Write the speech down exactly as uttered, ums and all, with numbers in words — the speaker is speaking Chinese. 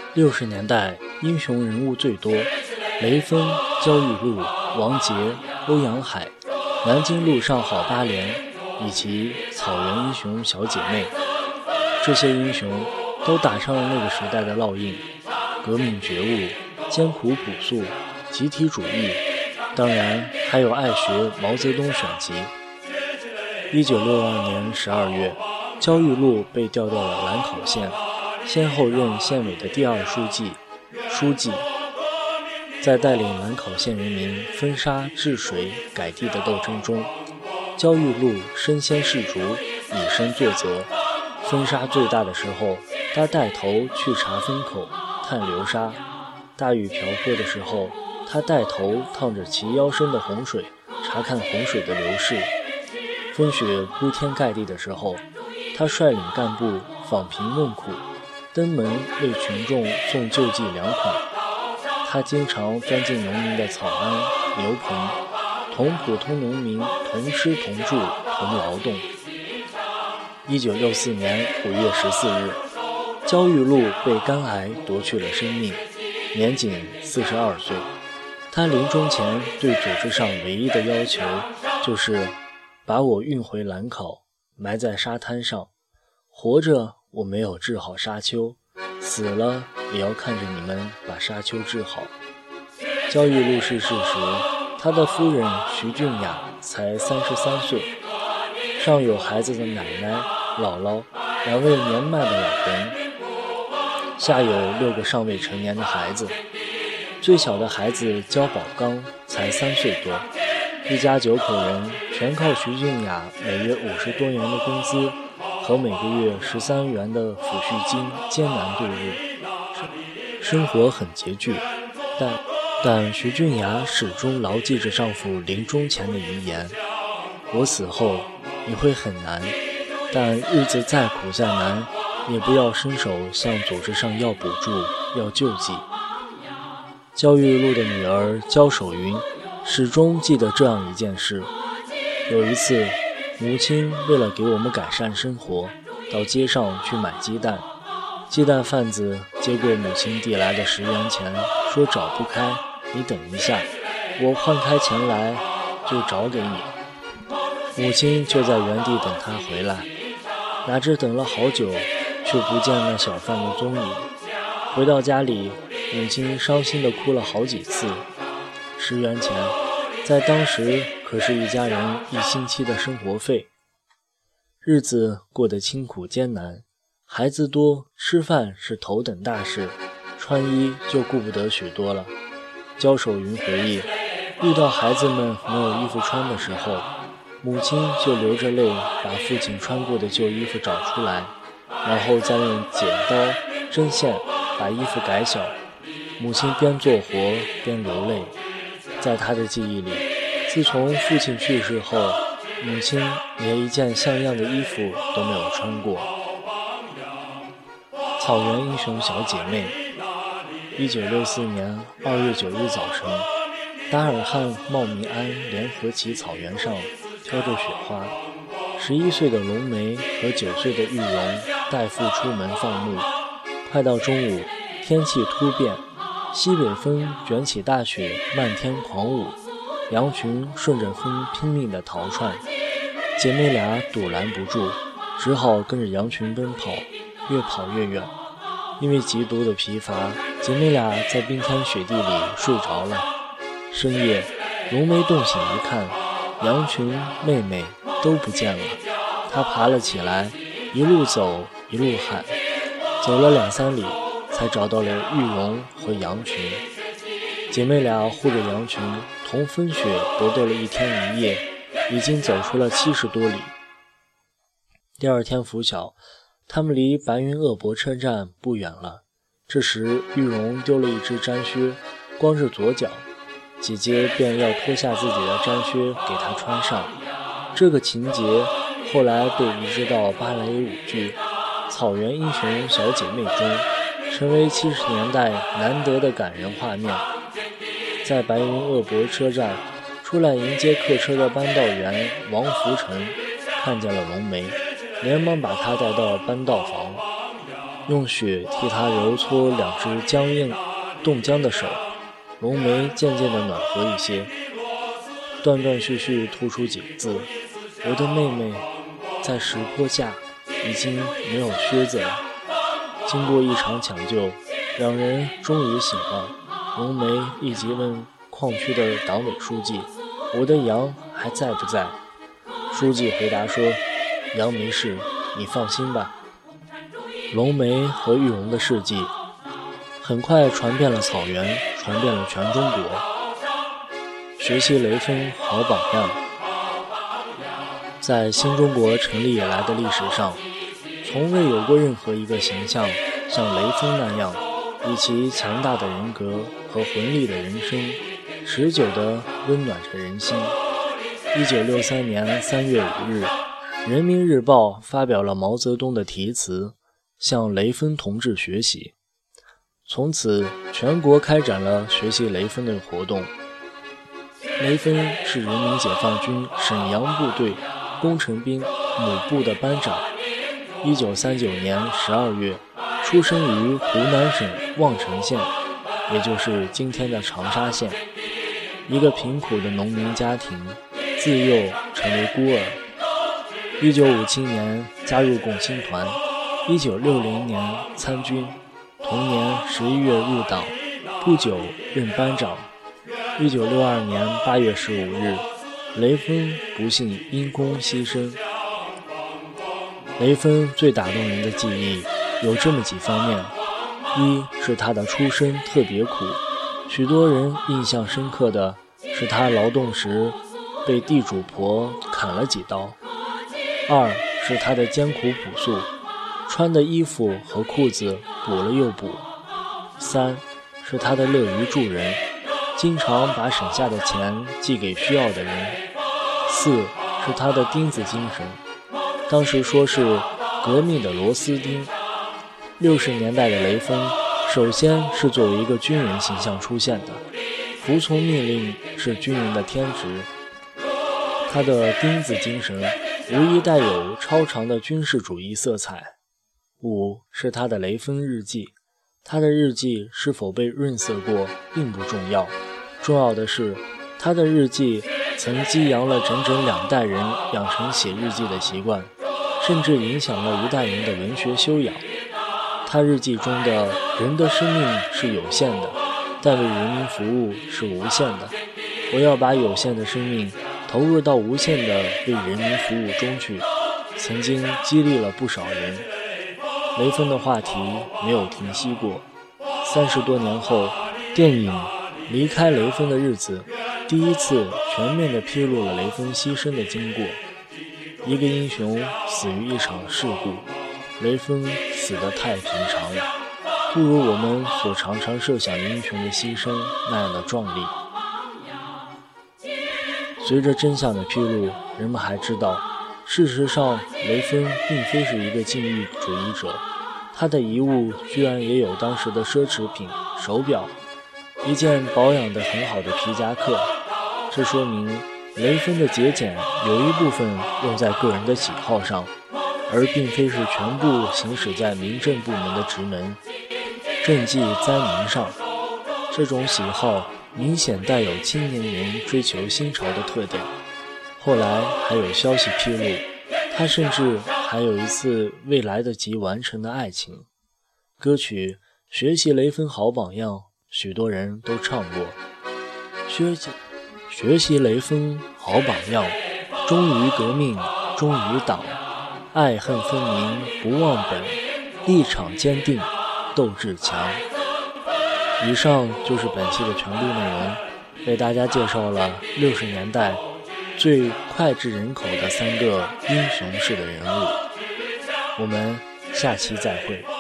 六十年代英雄人物最多，雷锋、焦裕禄、王杰、欧阳海、南京路上好八连以及草原英雄小姐妹。这些英雄都打上了那个时代的烙印，革命觉悟、艰苦朴素、集体主义，当然还有爱学毛泽东选集。一九六二年十二月，焦裕禄被调到了兰考县，先后任县委的第二书记、书记。在带领兰考县人民分沙治水改地的斗争中，焦裕禄身先士卒，以身作则。风沙最大的时候，他带头去查风口、探流沙；大雨瓢泼的时候，他带头趟着齐腰深的洪水，查看洪水的流势；风雪铺天盖地的时候，他率领干部访贫问苦，登门为群众送救济粮款。他经常钻进农民的草庵、牛棚，同普通农民同吃同住同劳动。一九六四年五月十四日，焦裕禄被肝癌夺去了生命，年仅四十二岁。他临终前对组织上唯一的要求就是把我运回兰考，埋在沙滩上。活着我没有治好沙丘，死了也要看着你们把沙丘治好。焦裕禄逝世时，他的夫人徐俊雅才三十三岁，上有孩子的奶奶、姥姥，两位年迈的老人，下有六个尚未成年的孩子。最小的孩子焦宝刚才三岁多，一家九口人全靠徐俊雅每月五十多元的工资和每个月十三元的抚恤金艰难度日，生活很拮据。但但徐俊雅始终牢记着丈夫临终前的遗言：我死后你会很难，但日子再苦再难，也不要伸手向组织上要补助、要救济。焦裕禄的女儿焦守云始终记得这样一件事：有一次，母亲为了给我们改善生活，到街上去买鸡蛋。鸡蛋贩子接过母亲递来的十元钱，说找不开，你等一下，我换开钱来就找给你。母亲就在原地等他回来，哪知等了好久，却不见那小贩的踪影。回到家里，母亲伤心地哭了好几次。十元钱在当时可是一家人一星期的生活费。日子过得清苦艰难，孩子多，吃饭是头等大事，穿衣就顾不得许多了。焦守云回忆，遇到孩子们没有衣服穿的时候，母亲就流着泪把父亲穿过的旧衣服找出来，然后再用剪刀、针线把衣服改小。母亲边做活边流泪。在她的记忆里，自从父亲去世后，母亲连一件像样的衣服都没有穿过。草原英雄小姐妹。一九六四年二月九日早晨，达尔汉、茂密安联合起草原上飘着雪花，十一岁的龙梅和九岁的玉荣代父出门放牧。快到中午，天气突变，西北风卷起大雪，漫天狂舞，羊群顺着风拼命地逃窜，姐妹俩堵拦不住，只好跟着羊群奔跑，越跑越远。因为极度的疲乏，姐妹俩在冰天雪地里睡着了。深夜，龙梅冻醒一看，羊群、妹妹都不见了。她爬了起来，一路走一路喊，走了两三里，才找到了玉荣和羊群。姐妹俩护着羊群，同风雪搏斗了一天一夜，已经走出了七十多里。第二天拂晓，他们离白云鄂博车站不远了。这时玉荣丢了一只毡靴，光着左脚，姐姐便要脱下自己的毡靴给他穿上。这个情节后来被移植到芭蕾舞剧《草原英雄小姐妹》中，成为七十年代难得的感人画面。在白云鄂博车站，出来迎接客车的班道员王福成看见了龙梅，连忙把她带到班道房。 用血替他揉搓两只僵硬冻僵的手，浓眉渐渐地暖和一些，断断续续吐出几个字：我的妹妹在石坡下已经没有靴子了。经过一场抢救，两人终于醒了。浓眉立即问矿区的党委书记：我的羊还在不在？书记回答说：羊没事，你放心吧。浓眉和玉荣的事迹很快传遍了草原，传遍了全中国。学习雷锋好榜样。在新中国成立以来的历史上，从未有过任何一个形象像雷锋那样，以其强大的人格和浑力的人生，持久地温暖着人心。一九六三年三月五日，人民日报发表了毛泽东的题词，向雷锋同志学习。从此全国开展了学习雷锋的活动。雷锋是人民解放军沈阳部队工程兵母部的班长。一九三九年十二月出生于湖南省望城县，也就是今天的长沙县，一个贫苦的农民家庭，自幼成为孤儿。一九五七年加入共青团，一九六零年参军，同年十一月入党，不久任班长。一九六二年八月十五日，雷锋不幸因公牺牲。雷锋最打动人的记忆有这么几方面：一是他的出身特别苦，许多人印象深刻的是他劳动时被地主婆砍了几刀；二是他的艰苦朴素，穿的衣服和裤子补了又补；三是他的乐于助人，经常把省下的钱寄给需要的人；四是他的钉子精神，当时说是革命的螺丝钉。六十年代的雷锋首先是作为一个军人形象出现的，服从命令是军人的天职。他的钉子精神无疑带有超长的军事主义色彩。五是他的雷锋日记，他的日记是否被润色过并不重要，重要的是他的日记曾激扬了整整两代人养成写日记的习惯，甚至影响了一代人的文学修养。他日记中的人的生命是有限的，但为人民服务是无限的。我要把有限的生命投入到无限的为人民服务中去，曾经激励了不少人。雷锋的话题没有停息过。三十多年后，电影《离开雷锋的日子》第一次全面地披露了雷锋牺牲的经过。一个英雄死于一场事故，雷锋死得太平常了，不如我们所常常设想英雄的牺牲那样的壮丽。随着真相的披露，人们还知道，事实上雷锋并非是一个禁欲主义者，他的遗物居然也有当时的奢侈品手表，一件保养得很好的皮夹克。这说明雷锋的节俭有一部分用在个人的喜好上，而并非是全部行使在民政部门的职能、政绩灾民上。这种喜好明显带有青年人追求新潮的特点。后来还有消息披露，他甚至还有一次未来得及完成的爱情。歌曲《学习雷锋好榜样》，许多人都唱过。学习学习雷锋好榜样，忠于革命，忠于党，爱恨分明不忘本，立场坚定，斗志强。以上就是本期的全部内容，为大家介绍了六十年代最脍炙人口的三个英雄式的人物。我们下期再会。